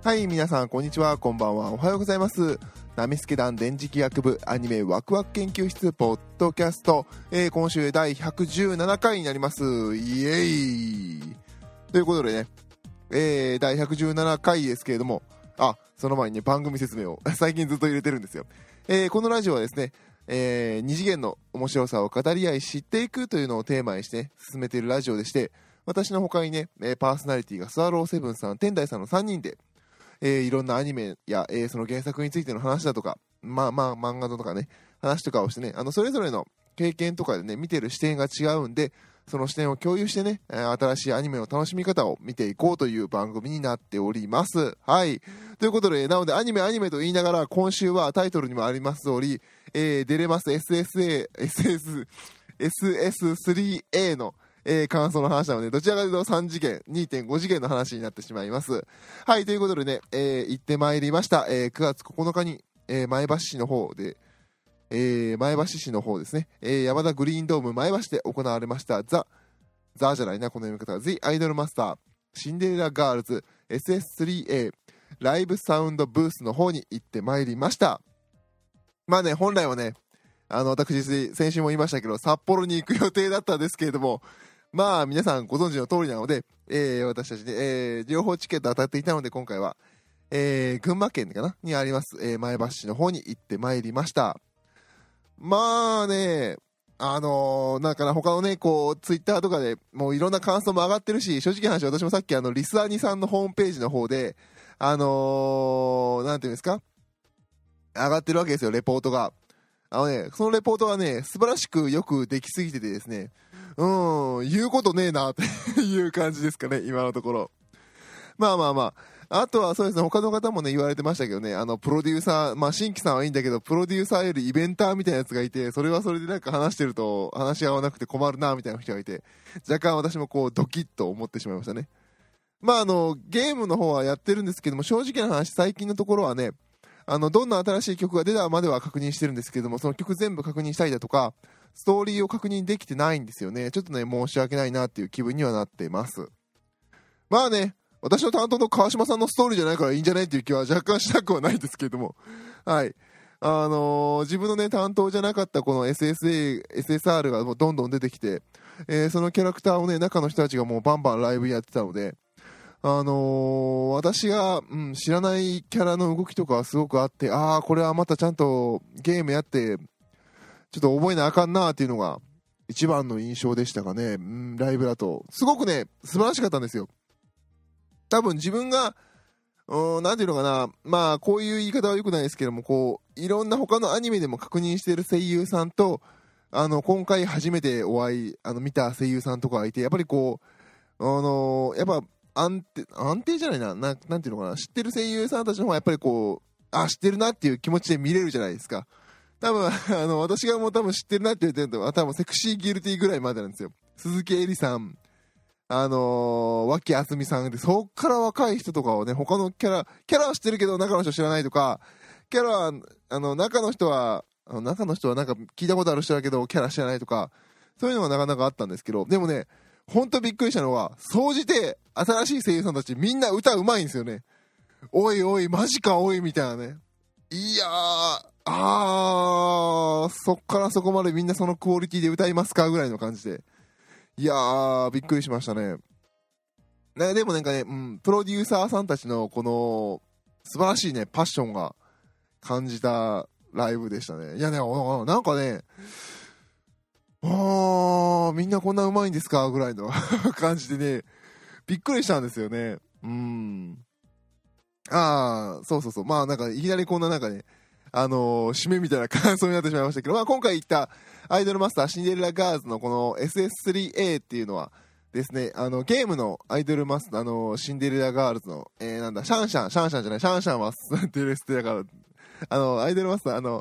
はい、皆さんこんにちは、こんばんは、おはようございます。ナミスケ団電磁気学部アニメワクワク研究室ポッドキャスト、今週第117回になります。イエイということでね、第117回ですけれども、その前にね、番組説明を最近ずっと入れてるんですよ。このラジオはですね、二次元の面白さを語り合い知っていくというのをテーマにして、ね、進めているラジオでして、私の他にね、パーソナリティがスワローセブンさん、天台さんの3人でいろんなアニメや、その原作についての話だとか、漫画とかね、話とかをしてね、それぞれの経験とかでね、見てる視点が違うんで、その視点を共有してね、新しいアニメの楽しみ方を見ていこうという番組になっております。はい。ということで、なのでアニメと言いながら、今週はタイトルにもあります通り、出れます SS3A の感想の話なので、どちらかというと3次元、2.5 次元の話になってしまいます。はい、ということでね、行ってまいりました。9月9日に、前橋市の方で、前橋市の方ですね、山田グリーンドーム前橋で行われましたザじゃないな、この読み方は The アイドルマスターシンデレラガールズ SS3A ライブサウンドブースの方に行ってまいりました。まあね、本来はね、私先週も言いましたけど、札幌に行く予定だったんですけれども、まあ皆さんご存知の通りなので、私たちで、両方チケット当たっていたので、今回は、群馬県かなにあります、前橋市の方に行ってまいりました。まあね、なんかな、他のね、こうツイッターとかでもういろんな感想も上がってるし、正直な話、私もさっきリスアニさんのホームページの方でなんていうんですか、上がってるわけですよ、レポートが。そのレポートはね、素晴らしくよくできすぎててですね、言うことねえなっていう感じですかね、今のところ。あとはそうですね、他の方もね、言われてましたけどね、プロデューサー、新規さんはいいんだけど、プロデューサーよりイベンターみたいなやつがいて、それはそれでなんか話してると、話し合わなくて困るな、みたいな人がいて、若干私もこう、ドキッと思ってしまいましたね。ゲームの方はやってるんですけども、正直な話、最近のところはね、どんな新しい曲が出たまでは確認してるんですけども、その曲全部確認したりだとか、ストーリーを確認できてないんですよね。ちょっとね、申し訳ないなっていう気分にはなっています。まあね、私の担当の川島さんのストーリーじゃないからいいんじゃないっていう気は若干しなくはないですけれども、はい。自分のね、担当じゃなかったこの SSR がどんどん出てきて、そのキャラクターをね、中の人たちがもうバンバンライブやってたので、私が、知らないキャラの動きとかはすごくあって、これはまたちゃんとゲームやってちょっと覚えなあかんなっていうのが一番の印象でしたかね。ライブだとすごくね、素晴らしかったんですよ。多分自分がなんていうのかな、こういう言い方は良くないですけども、こういろんな他のアニメでも確認している声優さんと今回初めて見た声優さんとかがいて、やっぱりこうやっぱ安定じゃないな、なんていうのかな、知ってる声優さんたちの方がやっぱりこう、知ってるなっていう気持ちで見れるじゃないですか。多分私がもう多分知ってるなって言ってるのは多分セクシーギルティぐらいまでなんですよ。鈴木絵里さん、脇あすみさんで、そっから若い人とかをね、他のキャラは知ってるけど中の人知らないとか、キャラは中の人はなんか聞いたことある人だけどキャラ知らないとか、そういうのがなかなかあったんですけど、でもね、ほんとびっくりしたのは、総じて新しい声優さんたちみんな歌うまいんですよね。おいおいマジかおいみたいなね。いやそっからそこまでみんなそのクオリティで歌いますかぐらいの感じで、いやーびっくりしましたね。でもなんかね、プロデューサーさんたちのこの素晴らしいねパッションが感じたライブでしたね。いやね、なんかね、みんなこんなうまいんですかぐらいの感じでね、びっくりしたんですよね。そう。なんかいきなりこんななんかね、締めみたいな感想になってしまいましたけど、今回言ったアイドルマスターシンデレラガールズのこの SS3A っていうのはですね、ゲームのアイドルマスター、シンデレラガールズの、シャンシャンじゃない、シャンシャンはデレステだから、アイドルマスター、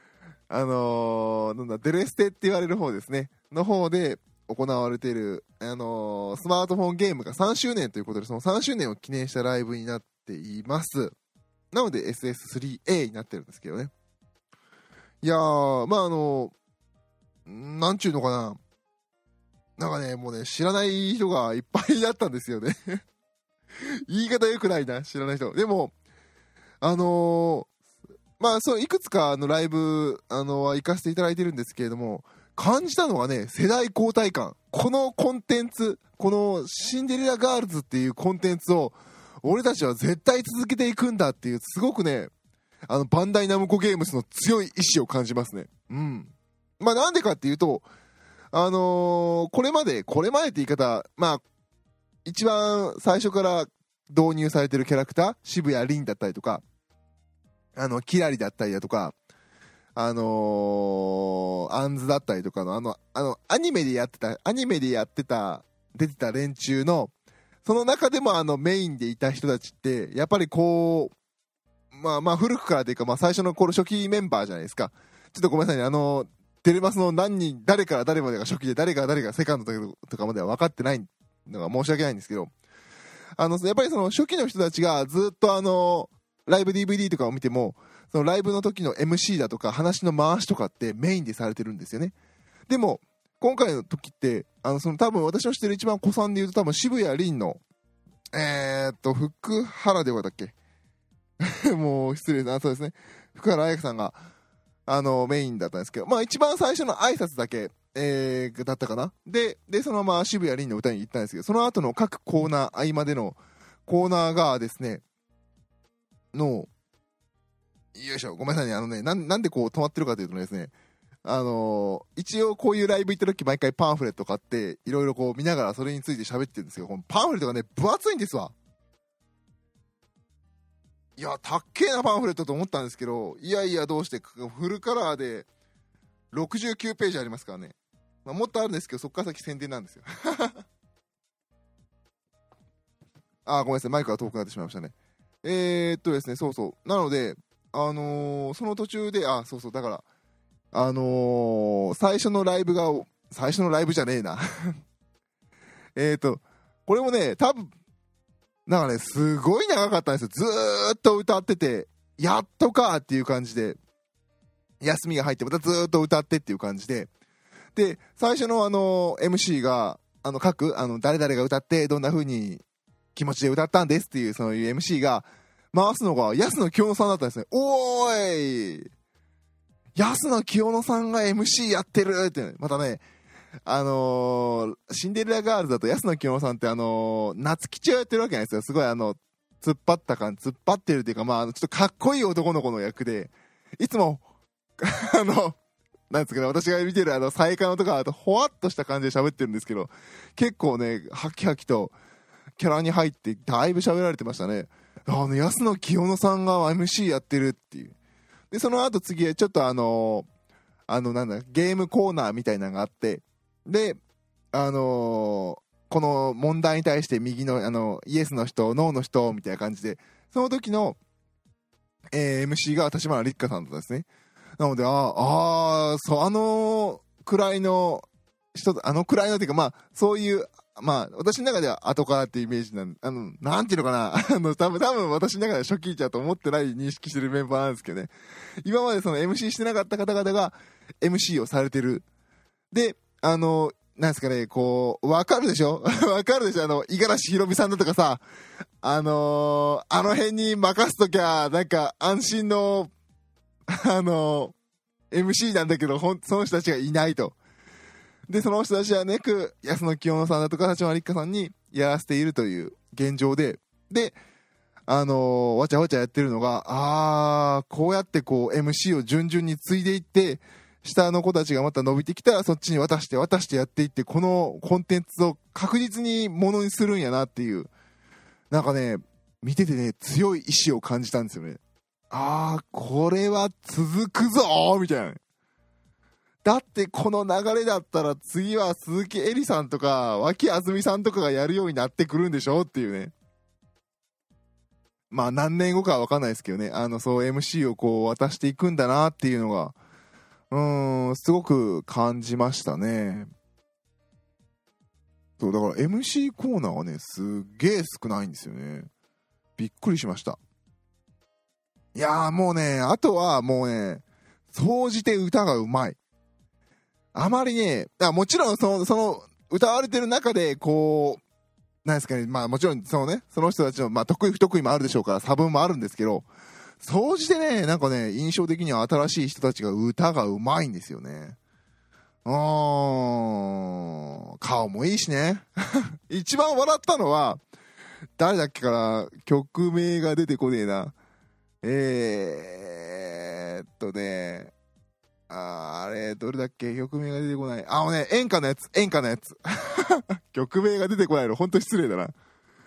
デレステって言われる方ですね、の方で行われている、スマートフォンゲームが3周年ということで、その3周年を記念したライブになっています。なので SS3A になってるんですけどね。いやー、なんちゅうのかな、なんかね、もうね、知らない人がいっぱいだったんですよね言い方良くないな、知らない人。でも、まあ、そう、いくつかのライブ、行かせていただいてるんですけれども、感じたのはね、世代交代感。このコンテンツ、このシンデレラガールズっていうコンテンツを、俺たちは絶対続けていくんだっていう、すごくね、バンダイナムコゲームスの強い意志を感じますね。うん。まあ、なんでかっていうと、これまでって言い方、まあ、一番最初から導入されてるキャラクター、渋谷凛だったりとか、キラリだったりだとか、アンズだったりとかの、アニメでやってた、出てた連中の、その中でもメインでいた人たちって、やっぱりこう、まあ古くからというか、まあ最初の頃初期メンバーじゃないですか。ちょっとごめんなさいね、テレマスの誰から誰までが初期で、誰から誰がセカンドとかまでは分かってないのが申し訳ないんですけど、やっぱりその初期の人たちがずっとライブ DVD とかを見ても、そのライブの時の MC だとか話の回しとかってメインでされてるんですよね。でも、今回の時って、多分私の知ってる一番古参で言うと多分渋谷凛の、福原ではだっけもう失礼な、そうですね。福原彩香さんが、メインだったんですけど、まあ一番最初の挨拶だけ、だったかな。で、そのまま渋谷凛の歌に行ったんですけど、その後の各コーナー、合間でのコーナーがですね、よいしょ、ごめんなさいね、なんでこう止まってるかというとですね、一応こういうライブ行った時毎回パンフレット買って、いろいろこう見ながらそれについて喋ってるんですけど、このパンフレットがね、分厚いんですわ。いや、たっけえなパンフレットと思ったんですけど、いやいや、どうしてフルカラーで69ページありますからね。まあ、もっとあるんですけど、そっから先宣伝なんですよ。ごめんなさい、マイクが遠くなってしまいましたね。ですね、そうそう。なので、その途中で、そうそう、だから、最初のライブじゃねえな。これもね、多分、なんかね、すごい長かったんですよ。ずーっと歌ってて、やっとかっていう感じで、休みが入ってまたずーっと歌ってっていう感じで、で、最初のMC が、誰々が歌って、どんな風に気持ちで歌ったんですっていう、そういう MC が、回すのが安野清野さんだったんですね。おーい安野清野さんが MC やってるって、またね、シンデレラガールズだと安野清野さんって夏吉をやってるわけなんですよ。すごい突っ張ってるっていうか、まあちょっとかっこいい男の子の役で、いつも、なんですかね、私が見てるサイカノとか、ほわっとした感じで喋ってるんですけど、結構ね、ハキハキとキャラに入って、だいぶ喋られてましたね。安野清野さんが MC やってるっていう。で、その後次へちょっとゲームコーナーみたいなのがあって、で、この問題に対して右のイエスの人、ノーの人みたいな感じで、その時の、MC が立花立花さんだったんですね。なので、くらいの人、くらいのっていうか、まあ、そういう、まあ、私の中では後からっていうイメージなんていうのかな、多分私の中では初期者と思ってない認識してるメンバーなんですけどね。今までその MC してなかった方々が MC をされてる。で、なんですかね、こう、わかるでしょ五十嵐ひろみさんだとかさ、あの辺に任すときゃ、なんか安心の、MC なんだけど、その人たちがいないと。で、その人たちはね、安野清野さんだとか、立花立花さんにやらせているという現状で、で、わちゃわちゃやってるのが、こうやってこう MC を順々に継いでいって、下の子たちがまた伸びてきたらそっちに渡してやっていって、このコンテンツを確実にものにするんやなっていう、なんかね、見ててね、強い意志を感じたんですよね。これは続くぞーみたいな。だってこの流れだったら次は鈴木恵里さんとか脇あずみさんとかがやるようになってくるんでしょっていうね。まあ何年後かは分かんないですけどね、そう MC をこう渡していくんだなっていうのがすごく感じましたね。そうだから MC コーナーはね、すっげえ少ないんですよね。びっくりしました。いやーもうね、あとはもうね、総じて歌がうまい。あまりね、もちろんその歌われてる中でこうなんですかね、まあもちろんその人たちの、まあ、得意不得意もあるでしょうから差分もあるんですけど、総じてね、なんかね、印象的には新しい人たちが歌がうまいんですよね。顔もいいしね。一番笑ったのは、誰だっけかな、曲名が出てこねえな。あれ、どれだっけ、曲名が出てこない。演歌のやつ。曲名が出てこないの、ほんと失礼だな。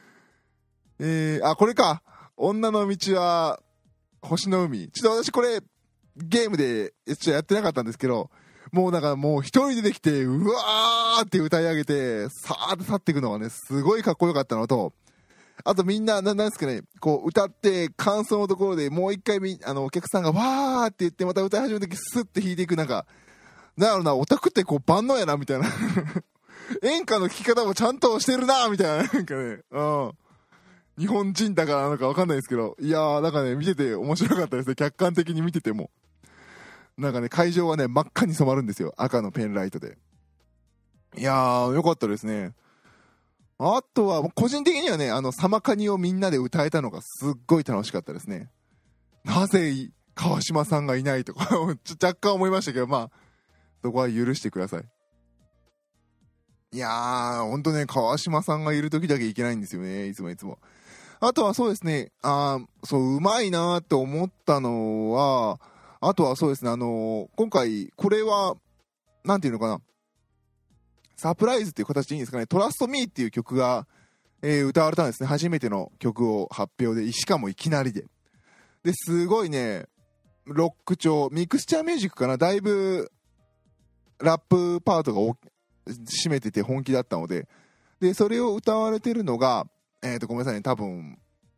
これか。女の道は、星の海。ちょっと私これ、ゲームで、やってなかったんですけど、もう一人出てきて、うわーって歌い上げて、さーって去っていくのがね、すごいかっこよかったのと、あとみんな、なんですかね、こう歌って感想のところでもう一回お客さんがわーって言ってまた歌い始めた時スッて弾いていく、なんだろうな、オタクってこう万能やなみたいな演歌の聴き方もちゃんとしてるなみたいな、なんかね、日本人だからなんかわかんないですけど、いやーなんかね、見てて面白かったですね。客観的に見ててもなんかね、会場はね真っ赤に染まるんですよ、赤のペンライトで。いやーよかったですね。あとは個人的にはね、サマカニをみんなで歌えたのがすっごい楽しかったですね。なぜ川島さんがいないとか若干思いましたけど、まあそこは許してください。いやーほんとね、川島さんがいる時だけいけないんですよね、いつも。あとはそうですね、うまいなーって思ったのは、あとはそうですね、今回これはなんていうのかな、サプライズっていう形でいいんですかね、トラストミーっていう曲が、歌われたんですね。初めての曲を発表で、しかもいきなりで。で、すごいね、ロック調、ミクスチャーミュージックかな、だいぶラップパートが占めてて本気だったので、で、それを歌われてるのが、ごめんなさいね、多分、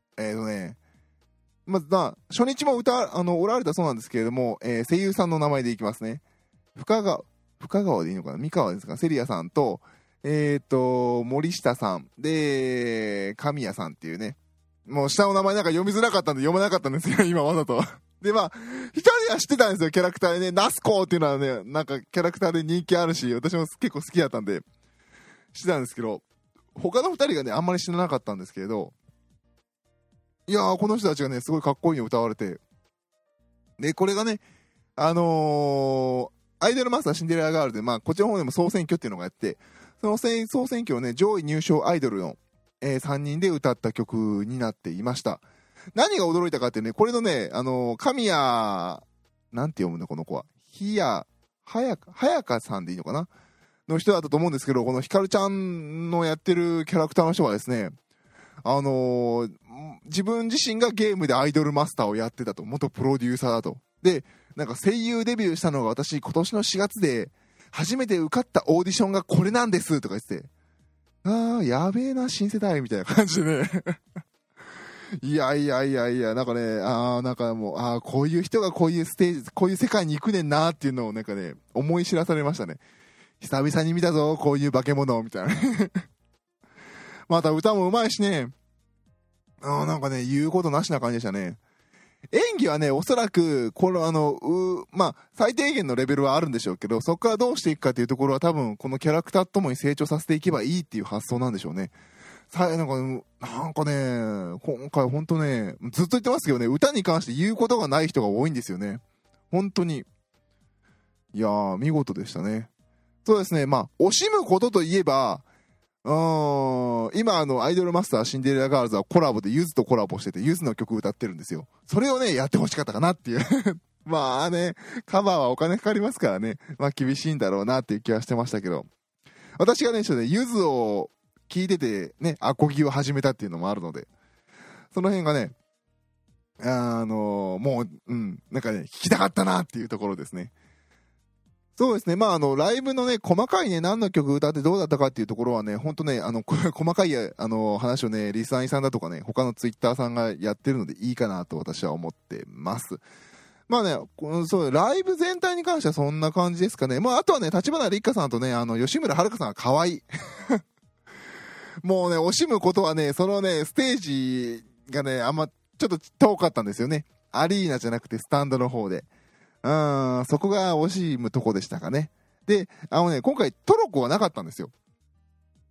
まず初日もおられたそうなんですけれども、声優さんの名前でいきますね。深川でいいのかな、三河ですか、セリアさんと、森下さんで神谷さんっていうね、もう下の名前なんか読みづらかったんで読まなかったんですよ今わざとで、まあ一人は知ってたんですよ、キャラクターでね、ナスコーっていうのはね、なんかキャラクターで人気あるし、私も結構好きだったんで知ってたんですけど、他の二人がねあんまり知らなかったんですけれど、いやーこの人たちがねすごいかっこいいの歌われて、でこれがねアイドルマスターシンデレラガールで、まあこちらの方でも総選挙っていうのがやって、その総選挙をね、上位入賞アイドルの、3人で歌った曲になっていました。何が驚いたかってね、これのね、神谷、なんて読むのこの子は。早香さんでいいのかなの人だったと思うんですけど、このひかるちゃんのやってるキャラクターの人はですね、自分自身がゲームでアイドルマスターをやってたと、元プロデューサーだと。で、なんか声優デビューしたのが私今年の4月で、初めて受かったオーディションがこれなんですとか言ってて、やべえな新世代みたいな感じでねいや、なんかね、なんかもう、こういう人がこういうステージ、こういう世界に行くねんなっていうのをなんかね、思い知らされましたね。久々に見たぞ、こういう化け物みたいなまた歌もうまいしね、なんかね、言うことなしな感じでしたね。演技はね、おそらく、このまあ、最低限のレベルはあるんでしょうけど、そこからどうしていくかっていうところは多分、このキャラクターともに成長させていけばいいっていう発想なんでしょうね。なんかね、今回ほんとね、ずっと言ってますけどね、歌に関して言うことがない人が多いんですよね。本当に。いやー、見事でしたね。そうですね、まあ、惜しむことといえば、今アイドルマスターシンデレラガールズはコラボでユズとコラボしてて、ユズの曲歌ってるんですよ。それをねやってほしかったかなっていうまあね、カバーはお金かかりますからね、まあ厳しいんだろうなっていう気はしてましたけど、私がねちょっとねユズを聴いててねアコギを始めたっていうのもあるので、その辺がねもうなんかね弾きたかったなっていうところですね。そうですね、まあライブのね細かいね何の曲歌ってどうだったかっていうところはね、ほんとね細かい話をねリスナーさんだとかね他のツイッターさんがやってるのでいいかなと私は思ってます。まあね、そうライブ全体に関してはそんな感じですかね。まああとはね立花立花さんとね吉村遥さんが可愛いもうね惜しむことはね、そのねステージがねあんまちょっと遠かったんですよね。アリーナじゃなくてスタンドの方で、そこが惜しむとこでしたかね。で、今回トロコはなかったんですよ。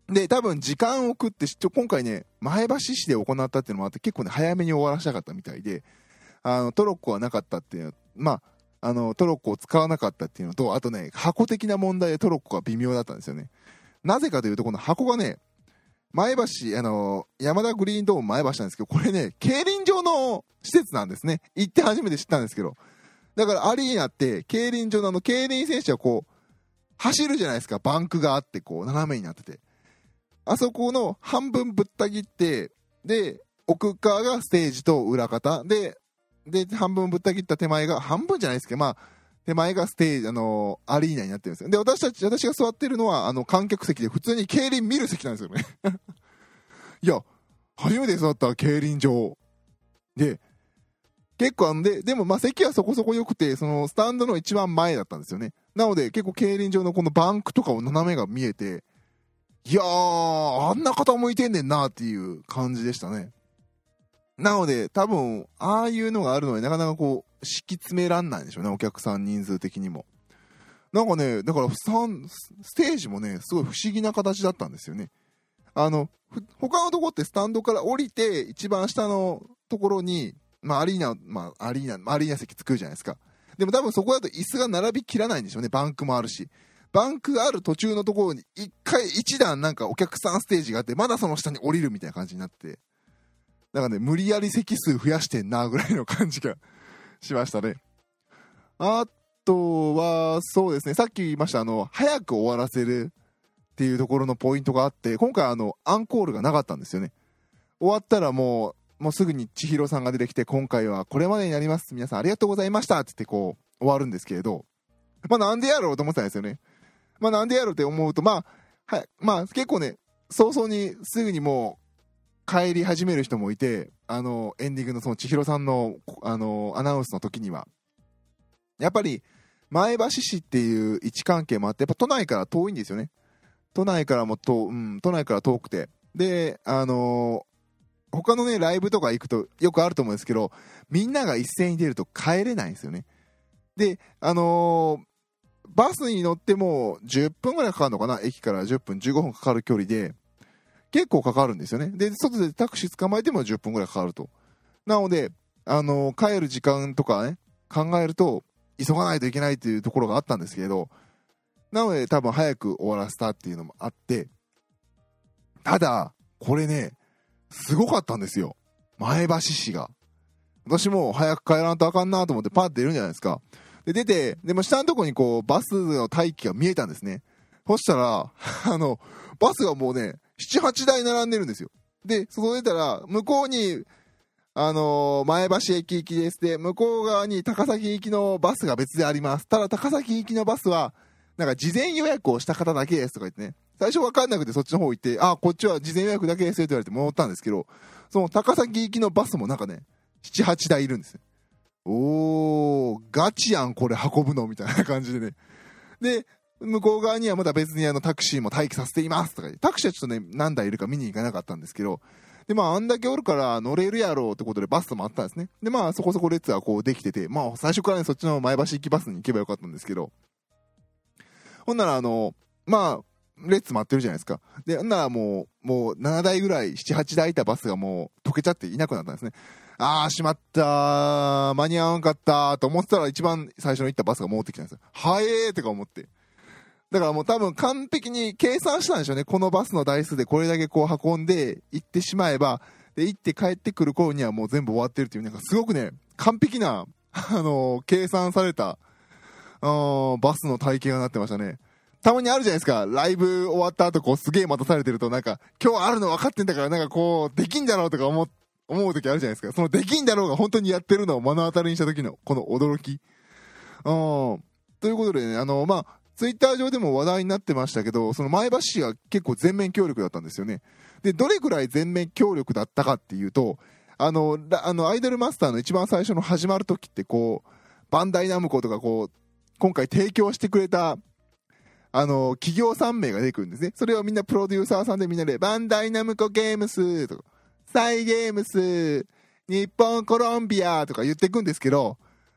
で、多分時間を食って今回ね、前橋市で行ったっていうのもあって、結構ね、早めに終わらしたかったみたいで、トロッコはなかったっていう、トロッコを使わなかったっていうのと、あとね、箱的な問題でトロッコが微妙だったんですよね。なぜかというと、この箱がね、前橋、山田グリーンドーム前橋なんですけど、これね、競輪場の施設なんですね。行って初めて知ったんですけど。だからアリーナって、競輪場の競輪選手はこう、走るじゃないですか。バンクがあって、こう、斜めになってて。あそこの半分ぶった切って、で、奥側がステージと裏方で、半分ぶった切った手前が、半分じゃないですけど、手前がステージ、アリーナになってるんですよ。で、私が座ってるのは、観客席で普通に競輪見る席なんですよね。いや、初めて座った競輪場。で、結構でも席はそこそこ良くて、そのスタンドの一番前だったんですよね。なので、結構競輪場のこのバンクとかを斜めが見えて、いやー、あんな傾いてんねんなっていう感じでしたね。なので、多分、ああいうのがあるので、なかなかこう、敷き詰めらんないんでしょうね、お客さん人数的にも。なんかね、だからステージもね、すごい不思議な形だったんですよね。他のとこってスタンドから降りて、一番下のところに、アリーナ席作るじゃないですか。でも多分そこだと椅子が並びきらないんでしょうね、バンクもあるし。バンクがある途中のところに一段なんかお客さんステージがあって、まだその下に降りるみたいな感じになって、だからね、無理やり席数増やしてんなぐらいの感じがしましたね。あとは、そうですね、さっき言いました早く終わらせるっていうところのポイントがあって、今回アンコールがなかったんですよね。終わったらもうすぐに千尋さんが出てきて、今回はこれまでになります。皆さんありがとうございましたって言ってこう、終わるんですけれど、なんでやろうと思ってたんですよね。なんでやろうって思うと、結構ね、早々にすぐにもう帰り始める人もいて、エンディングのその千尋さんのアナウンスの時には、やっぱり前橋市っていう位置関係もあって、やっぱ都内から遠いんですよね。都内から遠くて、で他のねライブとか行くとよくあると思うんですけど、みんなが一斉に出ると帰れないんですよね。でバスに乗っても10分ぐらいかかるのかな、駅から10分15分かかる距離で結構かかるんですよね。で外でタクシー捕まえても10分ぐらいかかると。なので帰る時間とかね考えると急がないといけないっていうところがあったんですけれど、なので多分早く終わらせたっていうのもあって、ただこれねすごかったんですよ、前橋市が。私も早く帰らんとあかんなと思ってパッて出るんじゃないですか。で出て、でも下のとこにこうバスの待機が見えたんですね。そしたらバスがもうね 7,8 台並んでるんですよ。で外出たら向こうに前橋駅行きです。で向こう側に高崎行きのバスが別であります。ただ高崎行きのバスはなんか事前予約をした方だけですとか言ってね、最初分かんなくてそっちの方行って、こっちは事前予約だけですよって言われて戻ったんですけど、その高崎行きのバスもなんかね 7,8 台いるんですよ。おーガチやんこれ運ぶのみたいな感じでね。で向こう側にはまだ別にタクシーも待機させていますとか言って、タクシーはちょっとね何台いるか見に行かなかったんですけど、であんだけおるから乗れるやろうってことでバスもあったんですね。でそこそこ列はこうできてて、最初からねそっちの前橋行きバスに行けばよかったんですけど、ほんなら列待ってるじゃないですか。でほんならもう7台ぐらい 7,8 台いたバスがもう溶けちゃっていなくなったんですね。しまった間に合わんかったと思ってたら、一番最初の行ったバスが戻ってきたんですよ。早えーとか思って、だからもう多分完璧に計算したんでしょうね。このバスの台数でこれだけこう運んで行ってしまえば、で行って帰ってくる頃にはもう全部終わってるっていう、なんかすごくね完璧な計算されたバスの体型がなってましたね。たまにあるじゃないですか、ライブ終わった後こうすげえ待たされてると、なんか今日あるの分かってんだからなんかこうできんだろうとか思う時あるじゃないですか。そのできんだろうが本当にやってるのを目の当たりにした時のこの驚き。ということでね、ツイッター上でも話題になってましたけど、その前橋市が結構全面協力だったんですよね。でどれくらい全面協力だったかっていうと、アイドルマスターの一番最初の始まる時ってこうバンダイナムコとかこう今回提供してくれた企業3名が出てくるんですね。それをみんなプロデューサーさんでみんなでバンダイナムコゲームスとかサイゲームス日本コロンビアとか言っていくんですけど、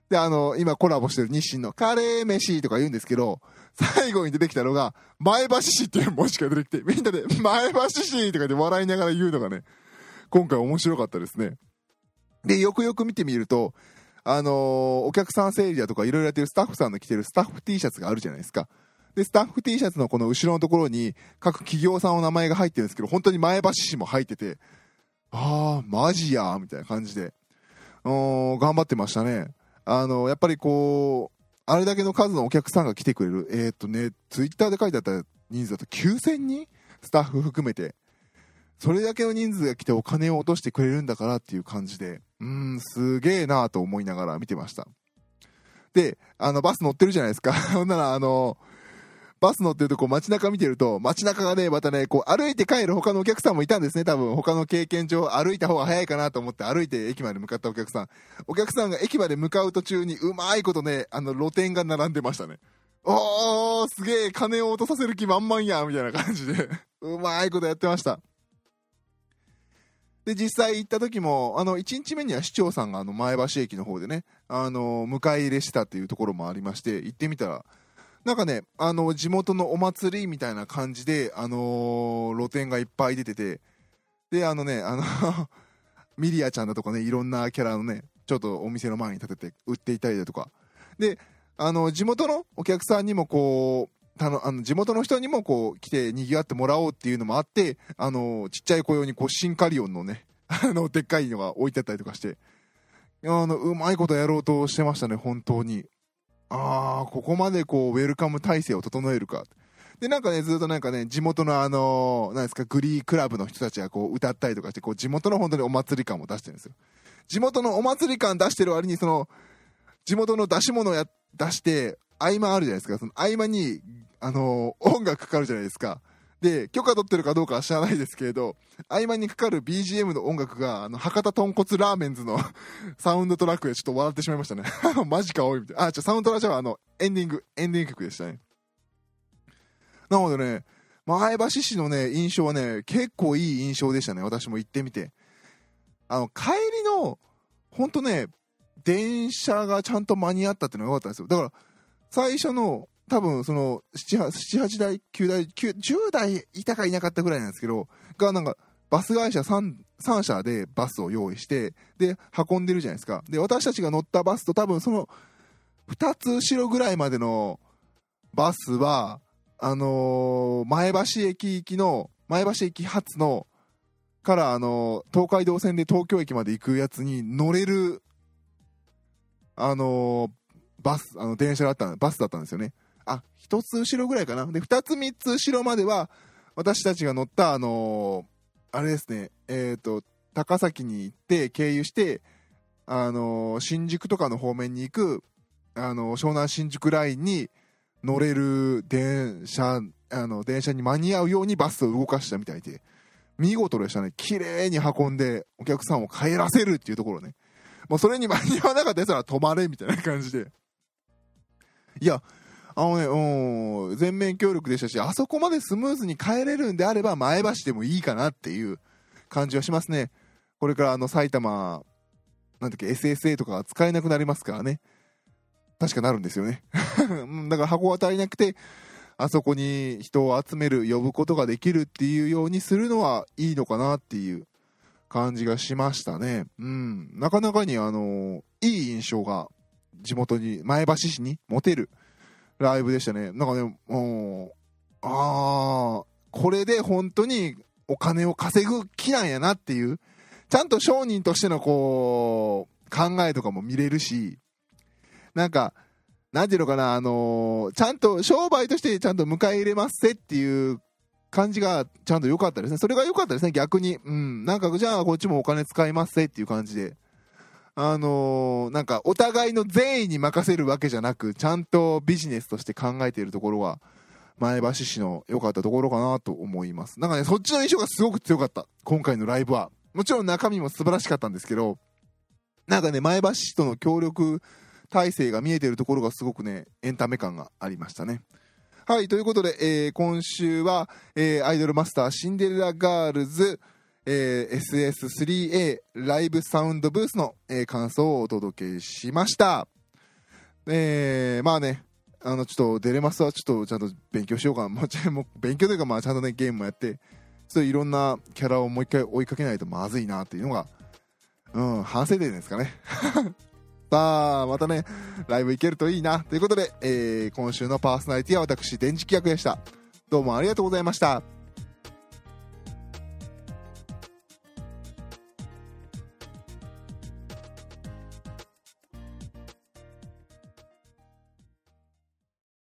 で、今コラボしてる日清のカレー飯とか言うんですけど、最後に出てきたのが、前橋市っていう文字が出てきて、みんなで前橋市とかで笑いながら言うのがね、今回面白かったですね。で、よくよく見てみると、お客さん整理だとかいろいろやってるスタッフさんの着てるスタッフ T シャツがあるじゃないですか。で、スタッフ T シャツのこの後ろのところに各企業さんの名前が入ってるんですけど、本当に前橋市も入ってて、マジやーみたいな感じで、頑張ってましたね。やっぱりこう、あれだけの数のお客さんが来てくれる、ツイッターで書いてあった人数だと9000人スタッフ含めて。それだけの人数が来てお金を落としてくれるんだからっていう感じで、すげえなーと思いながら見てました。で、バス乗ってるじゃないですか。ほんなら、バス乗ってるとこう街中見てると、街中がね、またね、こう歩いて帰る他のお客さんもいたんですね、多分。他の経験上、歩いた方が早いかなと思って歩いて駅まで向かったお客さん。お客さんが駅まで向かう途中にうまいことね、露店が並んでましたね。すげえ、金を落とさせる気満々や、みたいな感じで。うまいことやってました。で、実際行った時も、1日目には市長さんが前橋駅の方でね、迎え入れしたっていうところもありまして、行ってみたら、なんかね、地元のお祭りみたいな感じで、露店がいっぱい出てて、で、ミリアちゃんだとかね、いろんなキャラのね、ちょっとお店の前に立てて売っていたりだとか、で、地元のお客さんにもこう、地元の人にもこう来て賑わってもらおうっていうのもあって、ちっちゃい子用にこうシンカリオンのねでっかいのが置いてあったりとかして、うまいことやろうとしてましたね、本当に。ここまでこうウェルカム体制を整えるかで、なんかね、ずっとなんかね、地元のなんですか、グリークラブの人たちがこう歌ったりとかして、こう地元の本当にお祭り感を出してるんですよ。地元のお祭り感出してる割に、その地元の出し物を出して合間あるじゃないですか。その合間に音楽かかるじゃないですか。で、許可取ってるかどうかは知らないですけれど、合間にかかる BGM の音楽が博多豚骨ラーメンズのサウンドトラックでちょっと笑ってしまいましたね。マジか多いみたいな。サウンドトラックはエンディング曲でしたね。なのでね、前橋市のね、印象はね、結構いい印象でしたね。私も行ってみて。帰りの、ほんとね、電車がちゃんと間に合ったっていうのが良かったんですよ。だから、最初の、多分その7、8台、9台、10台いたかいなかったぐらいなんですけど、がなんかバス会社 3社でバスを用意して、で、運んでるじゃないですか。で、私たちが乗ったバスと多分その2つ後ろぐらいまでのバスは、前橋駅行きの、前橋駅発の、から東海道線で東京駅まで行くやつに乗れる、バス、電車だった、バスだったんですよね。一つ後ろぐらいかな。で、二つ三つ後ろまでは、私たちが乗った、あれですね、高崎に行って、経由して、新宿とかの方面に行く、湘南新宿ラインに乗れる電車に間に合うようにバスを動かしたみたいで、見事でしたね。綺麗に運んで、お客さんを帰らせるっていうところね。もうそれに間に合わなかったやつらは止まれみたいな感じで。いや、全面協力でしたし、あそこまでスムーズに帰れるんであれば前橋でもいいかなっていう感じはしますね。これから埼玉、なんだっけ、SSA とかが使えなくなりますからね。確かなるんですよね。だから箱が足りなくて、あそこに人を集める、呼ぶことができるっていうようにするのはいいのかなっていう感じがしましたね。なかなかにいい印象が地元に、前橋市に持てるライブでしたね。なんかね、これで本当にお金を稼ぐ気なんやなっていう、ちゃんと商人としてのこう、考えとかも見れるし、なんか、なんていうのかな、ちゃんと商売としてちゃんと迎え入れますせっていう感じがちゃんと良かったですね。それが良かったですね、逆に。なんか、じゃあこっちもお金使いますせっていう感じで。なんかお互いの善意に任せるわけじゃなく、ちゃんとビジネスとして考えているところは前橋市の良かったところかなと思います。なんかね、そっちの印象がすごく強かった、今回のライブは。もちろん中身も素晴らしかったんですけど、なんかね、前橋市との協力体制が見えているところがすごくね、エンタメ感がありましたね。はい、ということで、今週は、アイドルマスターシンデレラガールズSS3A ライブサウンドブースの、感想をお届けしました。 まあね、ちょっとデレマスはちょっとちゃんと勉強しようかな。もう勉強というか、まあちゃんとね、ゲームもやって、ちょっといろんなキャラをもう一回追いかけないとまずいなっていうのが、反省点ですかね。さあ、またね、ライブ行けるといいな。ということで、今週のパーソナリティは私、電磁気役でした。どうもありがとうございました。